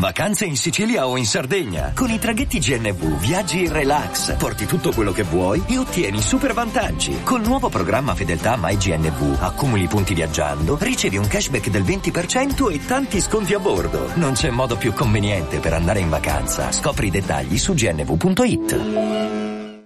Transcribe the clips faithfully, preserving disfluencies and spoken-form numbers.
Vacanze in Sicilia o in Sardegna. Con i traghetti G N V viaggi in relax, porti tutto quello che vuoi e ottieni super vantaggi. Col nuovo programma Fedeltà MyGNV accumuli punti viaggiando, ricevi un cashback del venti per cento e tanti sconti a bordo. Non c'è modo più conveniente per andare in vacanza. Scopri i dettagli su g n v punto i t.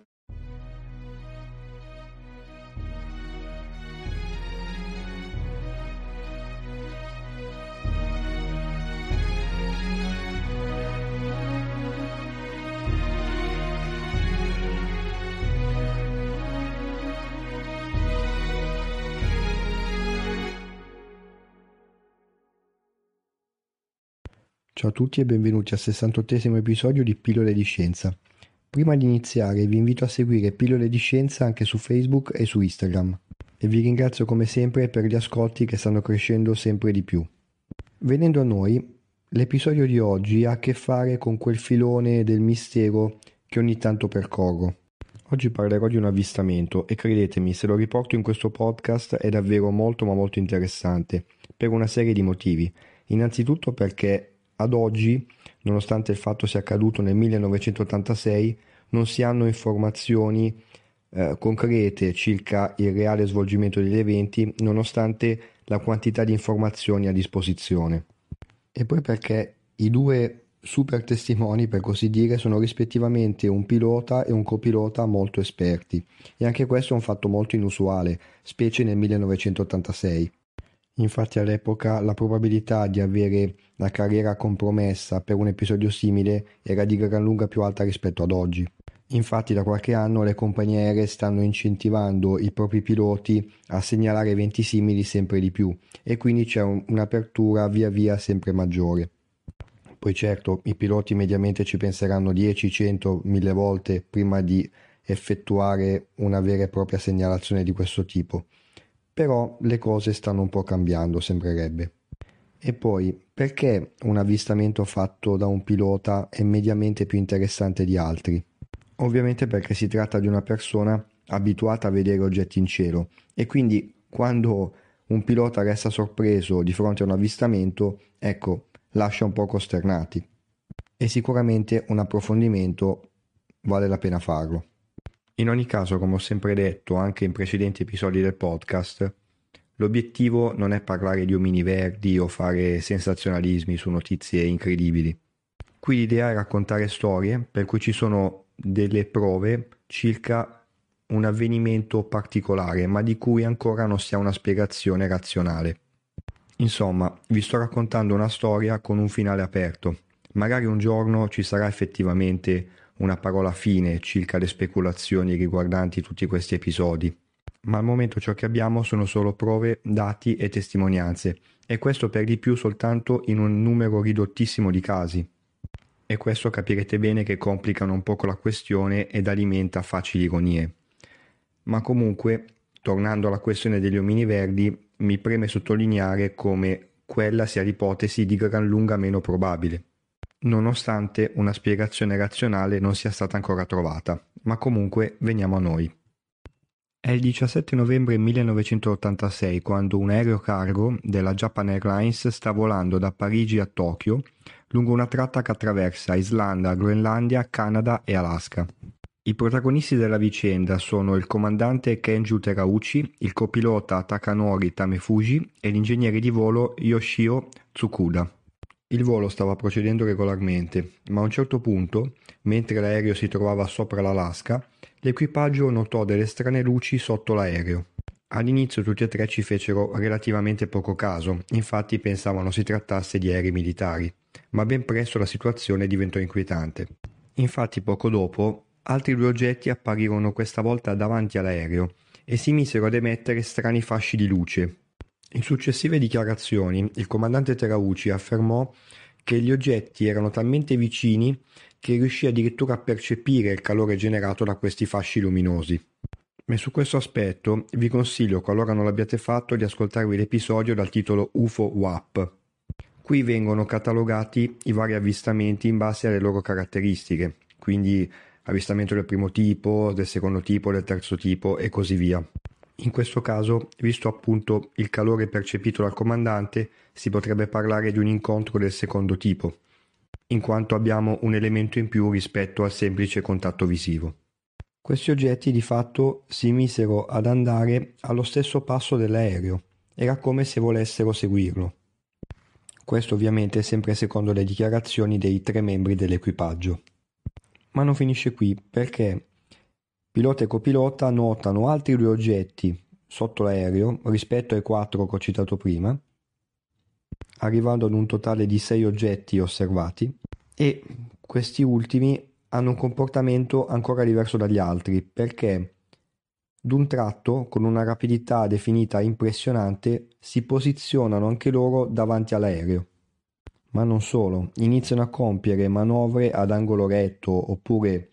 Ciao a tutti e benvenuti al sessantottesimo episodio di Pillole di Scienza. Prima di iniziare vi invito a seguire Pillole di Scienza anche su Facebook e su Instagram e vi ringrazio come sempre per gli ascolti che stanno crescendo sempre di più. Venendo a noi, l'episodio di oggi ha a che fare con quel filone del mistero che ogni tanto percorro. Oggi parlerò di un avvistamento e credetemi, se lo riporto in questo podcast è davvero molto ma molto interessante per una serie di motivi. Innanzitutto perché ad oggi, nonostante il fatto sia accaduto nel millenovecentottantasei, non si hanno informazioni eh, concrete circa il reale svolgimento degli eventi, nonostante la quantità di informazioni a disposizione. E poi perché i due super testimoni, per così dire, sono rispettivamente un pilota e un copilota molto esperti. E anche questo è un fatto molto inusuale, specie nel millenovecentottantasei. Infatti all'epoca la probabilità di avere la carriera compromessa per un episodio simile era di gran lunga più alta rispetto ad oggi. Infatti da qualche anno le compagnie aeree stanno incentivando i propri piloti a segnalare eventi simili sempre di più e quindi c'è un, un'apertura via via sempre maggiore. Poi certo i piloti mediamente ci penseranno dieci, cento, mille volte prima di effettuare una vera e propria segnalazione di questo tipo. Però le cose stanno un po' cambiando, sembrerebbe. E poi, perché un avvistamento fatto da un pilota è mediamente più interessante di altri? Ovviamente perché si tratta di una persona abituata a vedere oggetti in cielo e quindi quando un pilota resta sorpreso di fronte a un avvistamento, ecco, lascia un po' costernati. E sicuramente un approfondimento vale la pena farlo. In ogni caso, come ho sempre detto anche in precedenti episodi del podcast, l'obiettivo non è parlare di omini verdi o fare sensazionalismi su notizie incredibili. Qui l'idea è raccontare storie per cui ci sono delle prove circa un avvenimento particolare, ma di cui ancora non si ha una spiegazione razionale. Insomma, vi sto raccontando una storia con un finale aperto. Magari un giorno ci sarà effettivamente una parola fine circa le speculazioni riguardanti tutti questi episodi, ma al momento ciò che abbiamo sono solo prove, dati e testimonianze, e questo per di più soltanto in un numero ridottissimo di casi. E questo capirete bene che complicano un poco la questione ed alimenta facili ironie. Ma comunque, tornando alla questione degli omini verdi, mi preme sottolineare come quella sia l'ipotesi di gran lunga meno probabile, nonostante una spiegazione razionale non sia stata ancora trovata. Ma comunque veniamo a noi. È il diciassette novembre millenovecentottantasei quando un aereo cargo della Japan Airlines sta volando da Parigi a Tokyo lungo una tratta che attraversa Islanda, Groenlandia, Canada e Alaska. I protagonisti della vicenda sono il comandante Kenju Terauchi, il copilota Takanori Tamefuji e l'ingegnere di volo Yoshio Tsukuda. Il volo stava procedendo regolarmente, ma a un certo punto, mentre l'aereo si trovava sopra l'Alaska, l'equipaggio notò delle strane luci sotto l'aereo. All'inizio tutti e tre ci fecero relativamente poco caso, infatti pensavano si trattasse di aerei militari, ma ben presto la situazione diventò inquietante. Infatti poco dopo, altri due oggetti apparirono questa volta davanti all'aereo e si misero ad emettere strani fasci di luce. In successive dichiarazioni, il comandante Terauchi affermò che gli oggetti erano talmente vicini che riuscì addirittura a percepire il calore generato da questi fasci luminosi. E su questo aspetto vi consiglio, qualora non l'abbiate fatto, di ascoltarvi l'episodio dal titolo U F O W A P. Qui vengono catalogati i vari avvistamenti in base alle loro caratteristiche, quindi avvistamento del primo tipo, del secondo tipo, del terzo tipo e così via. In questo caso, visto appunto il calore percepito dal comandante, si potrebbe parlare di un incontro del secondo tipo. in quanto abbiamo un elemento in più rispetto al semplice contatto visivo. Questi oggetti di fatto si misero ad andare allo stesso passo dell'aereo, era come se volessero seguirlo. Questo ovviamente sempre secondo le dichiarazioni dei tre membri dell'equipaggio. Ma non finisce qui, perché pilota e copilota notano altri due oggetti sotto l'aereo rispetto ai quattro che ho citato prima, arrivando ad un totale di sei oggetti osservati, e questi ultimi hanno un comportamento ancora diverso dagli altri, perché d'un tratto, con una rapidità definita impressionante, si posizionano anche loro davanti all'aereo. Ma non solo, iniziano a compiere manovre ad angolo retto oppure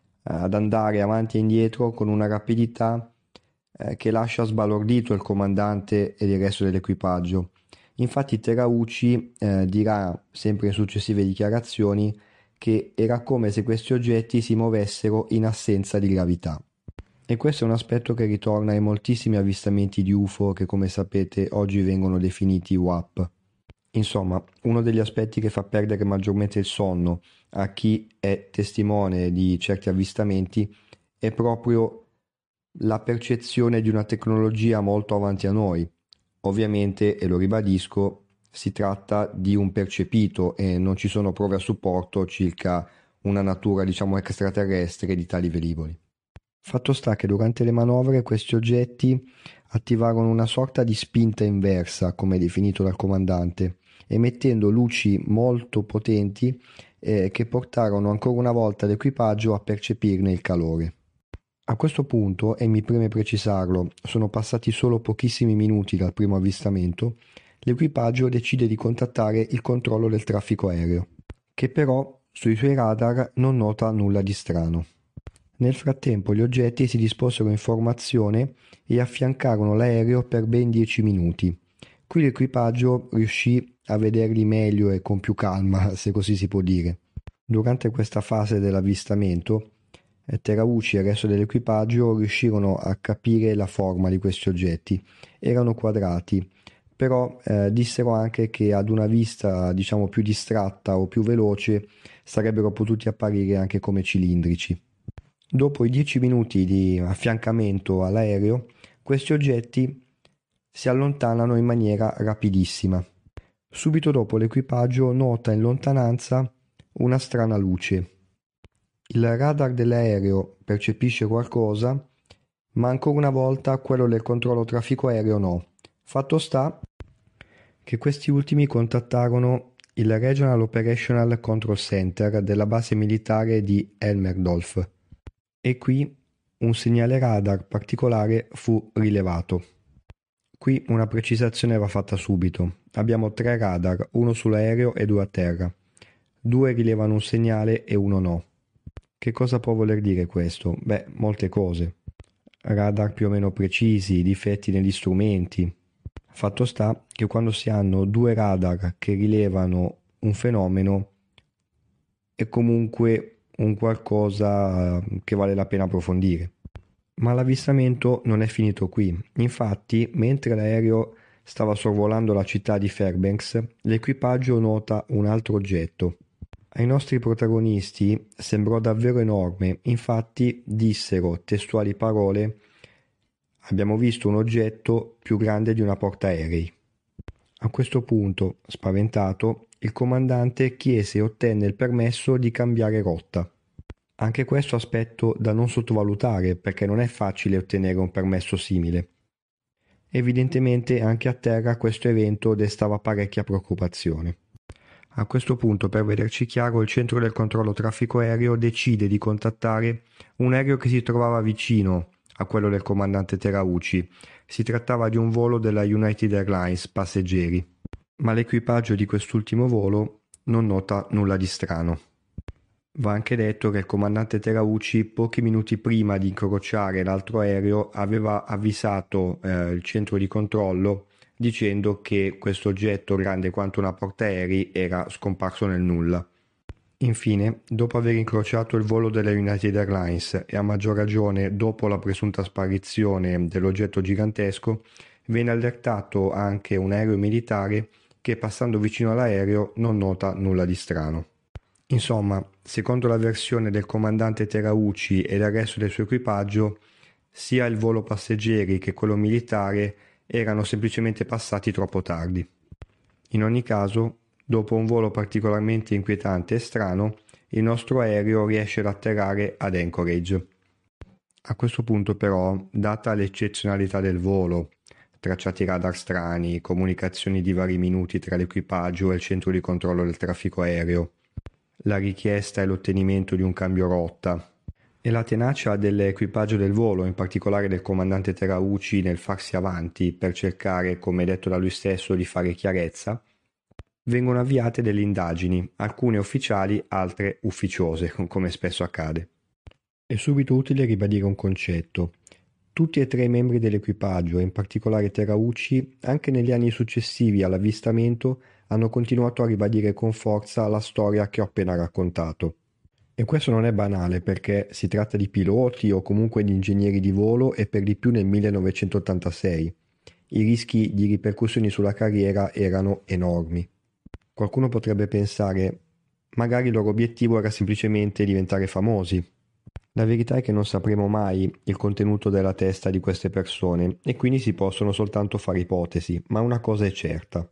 ad andare avanti e indietro con una rapidità eh, che lascia sbalordito il comandante ed il resto dell'equipaggio. Infatti Terauchi eh, dirà, sempre in successive dichiarazioni, che era come se questi oggetti si muovessero in assenza di gravità. E questo è un aspetto che ritorna ai moltissimi avvistamenti di U F O che, come sapete, oggi vengono definiti W A P. Insomma, uno degli aspetti che fa perdere maggiormente il sonno a chi è testimone di certi avvistamenti è proprio la percezione di una tecnologia molto avanti a noi. Ovviamente, e lo ribadisco, si tratta di un percepito e non ci sono prove a supporto circa una natura, diciamo, extraterrestre di tali velivoli. Fatto sta che durante le manovre questi oggetti attivarono una sorta di spinta inversa, come definito dal comandante, emettendo luci molto potenti eh, che portarono ancora una volta l'equipaggio a percepirne il calore. A questo punto, e mi preme precisarlo, sono passati solo pochissimi minuti dal primo avvistamento, l'equipaggio decide di contattare il controllo del traffico aereo, che però sui suoi radar non nota nulla di strano. Nel frattempo gli oggetti si disposero in formazione e affiancarono l'aereo per ben dieci minuti. Qui l'equipaggio riuscì a vederli meglio e con più calma, se così si può dire. Durante questa fase dell'avvistamento, Terauchi e il resto dell'equipaggio riuscirono a capire la forma di questi oggetti. Erano quadrati, però eh, dissero anche che ad una vista, diciamo, più distratta o più veloce sarebbero potuti apparire anche come cilindrici. Dopo i dieci minuti di affiancamento all'aereo, questi oggetti si allontanano in maniera rapidissima. Subito dopo l'equipaggio nota in lontananza una strana luce. Il radar dell'aereo percepisce qualcosa, ma ancora una volta quello del controllo traffico aereo no. Fatto sta che questi ultimi contattarono il Regional Operational Control Center della base militare di Elmerdorf. E qui un segnale radar particolare fu rilevato. Qui una precisazione va fatta subito. Abbiamo tre radar, uno sull'aereo e due a terra. Due rilevano un segnale e uno no. Che cosa può voler dire questo? Beh, molte cose. Radar più o meno precisi, difetti negli strumenti. Fatto sta che quando si hanno due radar che rilevano un fenomeno è comunque un qualcosa che vale la pena approfondire. Ma l'avvistamento non è finito qui. Infatti, mentre l'aereo stava sorvolando la città di Fairbanks, l'equipaggio nota un altro oggetto. Ai nostri protagonisti sembrò davvero enorme, infatti dissero testuali parole: abbiamo visto un oggetto più grande di una portaerei. A questo punto, spaventato, il comandante chiese e ottenne il permesso di cambiare rotta. Anche questo aspetto da non sottovalutare, perché non è facile ottenere un permesso simile. Evidentemente anche a terra questo evento destava parecchia preoccupazione. A questo punto, per vederci chiaro, il centro del controllo traffico aereo decide di contattare un aereo che si trovava vicino a quello del comandante Terauchi. Si trattava di un volo della United Airlines passeggeri, ma l'equipaggio di quest'ultimo volo non nota nulla di strano. Va anche detto che il comandante Terauchi, pochi minuti prima di incrociare l'altro aereo, aveva avvisato eh, il centro di controllo dicendo che questo oggetto grande quanto una portaerei era scomparso nel nulla. Infine, dopo aver incrociato il volo della United Airlines e a maggior ragione dopo la presunta sparizione dell'oggetto gigantesco, venne allertato anche un aereo militare che, passando vicino all'aereo, non nota nulla di strano. Insomma, secondo la versione del comandante Terauchi e del resto del suo equipaggio, sia il volo passeggeri che quello militare erano semplicemente passati troppo tardi. In ogni caso, dopo un volo particolarmente inquietante e strano, il nostro aereo riesce ad atterrare ad Anchorage. A questo punto però, data l'eccezionalità del volo, tracciati radar strani, comunicazioni di vari minuti tra l'equipaggio e il centro di controllo del traffico aereo, la richiesta e l'ottenimento di un cambio rotta e la tenacia dell'equipaggio del volo, in particolare del comandante Terauchi, nel farsi avanti per cercare, come detto da lui stesso, di fare chiarezza, vengono avviate delle indagini, alcune ufficiali, altre ufficiose, come spesso accade. È subito utile ribadire un concetto. Tutti e tre i membri dell'equipaggio, e in particolare Terauchi, anche negli anni successivi all'avvistamento, hanno continuato a ribadire con forza la storia che ho appena raccontato. E questo non è banale perché si tratta di piloti o comunque di ingegneri di volo e per di più nel millenovecentottantasei. I rischi di ripercussioni sulla carriera erano enormi. Qualcuno potrebbe pensare, magari il loro obiettivo era semplicemente diventare famosi. La verità è che non sapremo mai il contenuto della testa di queste persone e quindi si possono soltanto fare ipotesi, ma una cosa è certa.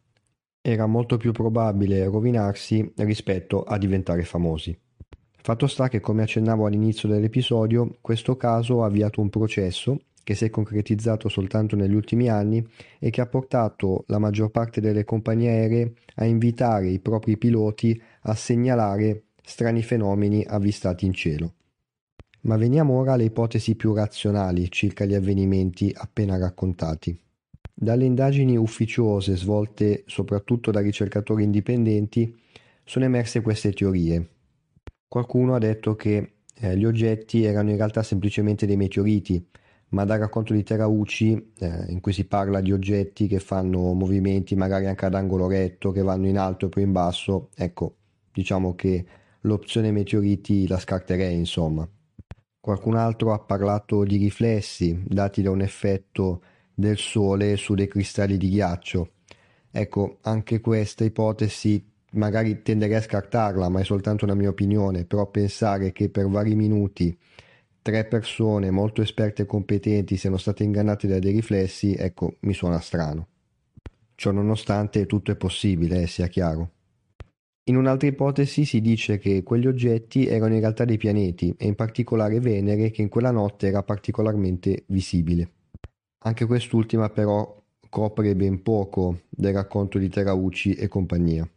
Era molto più probabile rovinarsi rispetto a diventare famosi. Fatto sta che, come accennavo all'inizio dell'episodio, questo caso ha avviato un processo che si è concretizzato soltanto negli ultimi anni e che ha portato la maggior parte delle compagnie aeree a invitare i propri piloti a segnalare strani fenomeni avvistati in cielo. Ma veniamo ora alle ipotesi più razionali circa gli avvenimenti appena raccontati. Dalle indagini ufficiose svolte soprattutto da ricercatori indipendenti sono emerse queste teorie. Qualcuno ha detto che eh, gli oggetti erano in realtà semplicemente dei meteoriti, ma dal racconto di Terauchi, eh, in cui si parla di oggetti che fanno movimenti magari anche ad angolo retto, che vanno in alto e poi in basso, ecco, diciamo che l'opzione meteoriti la scarterei, insomma. Qualcun altro ha parlato di riflessi dati da un effetto del sole su dei cristalli di ghiaccio. Ecco, anche questa ipotesi magari tenderei a scartarla, ma è soltanto una mia opinione, però pensare che per vari minuti tre persone molto esperte e competenti siano state ingannate da dei riflessi, ecco, mi suona strano. Ciò nonostante tutto è possibile, eh, sia chiaro. In un'altra ipotesi si dice che quegli oggetti erano in realtà dei pianeti e in particolare Venere, che in quella notte era particolarmente visibile. Anche quest'ultima però copre ben poco del racconto di Terauchi e compagnia.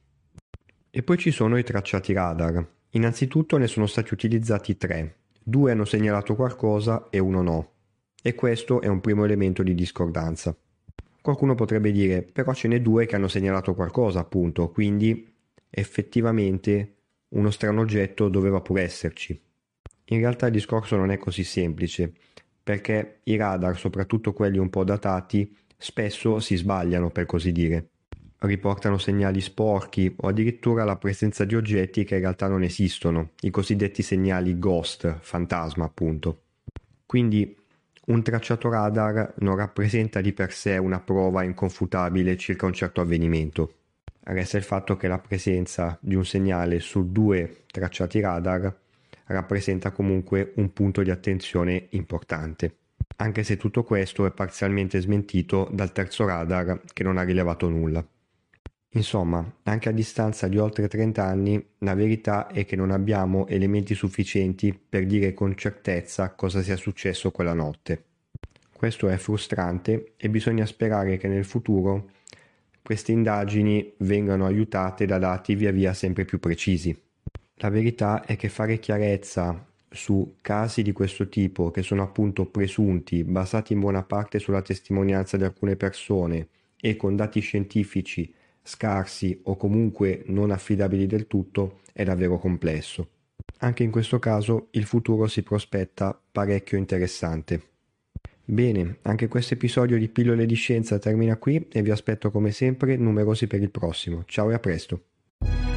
E poi ci sono i tracciati radar. Innanzitutto ne sono stati utilizzati tre. Due hanno segnalato qualcosa e uno no. E questo è un primo elemento di discordanza. Qualcuno potrebbe dire, però ce n'è due che hanno segnalato qualcosa, appunto, quindi effettivamente uno strano oggetto doveva pure esserci. In realtà il discorso non è così semplice, perché i radar, soprattutto quelli un po' datati, spesso si sbagliano, per così dire. Riportano segnali sporchi o addirittura la presenza di oggetti che in realtà non esistono, i cosiddetti segnali ghost, fantasma appunto. Quindi un tracciato radar non rappresenta di per sé una prova inconfutabile circa un certo avvenimento. Resta il fatto che la presenza di un segnale su due tracciati radar rappresenta comunque un punto di attenzione importante, anche se tutto questo è parzialmente smentito dal terzo radar che non ha rilevato nulla. Insomma, anche a distanza di oltre trenta anni, la verità è che non abbiamo elementi sufficienti per dire con certezza cosa sia successo quella notte. Questo è frustrante e bisogna sperare che nel futuro queste indagini vengano aiutate da dati via via sempre più precisi. La verità è che fare chiarezza su casi di questo tipo, che sono appunto presunti, basati in buona parte sulla testimonianza di alcune persone e con dati scientifici scarsi o comunque non affidabili del tutto, è davvero complesso. Anche in questo caso il futuro si prospetta parecchio interessante. Bene, anche questo episodio di Pillole di Scienza termina qui e vi aspetto come sempre numerosi per il prossimo. Ciao e a presto!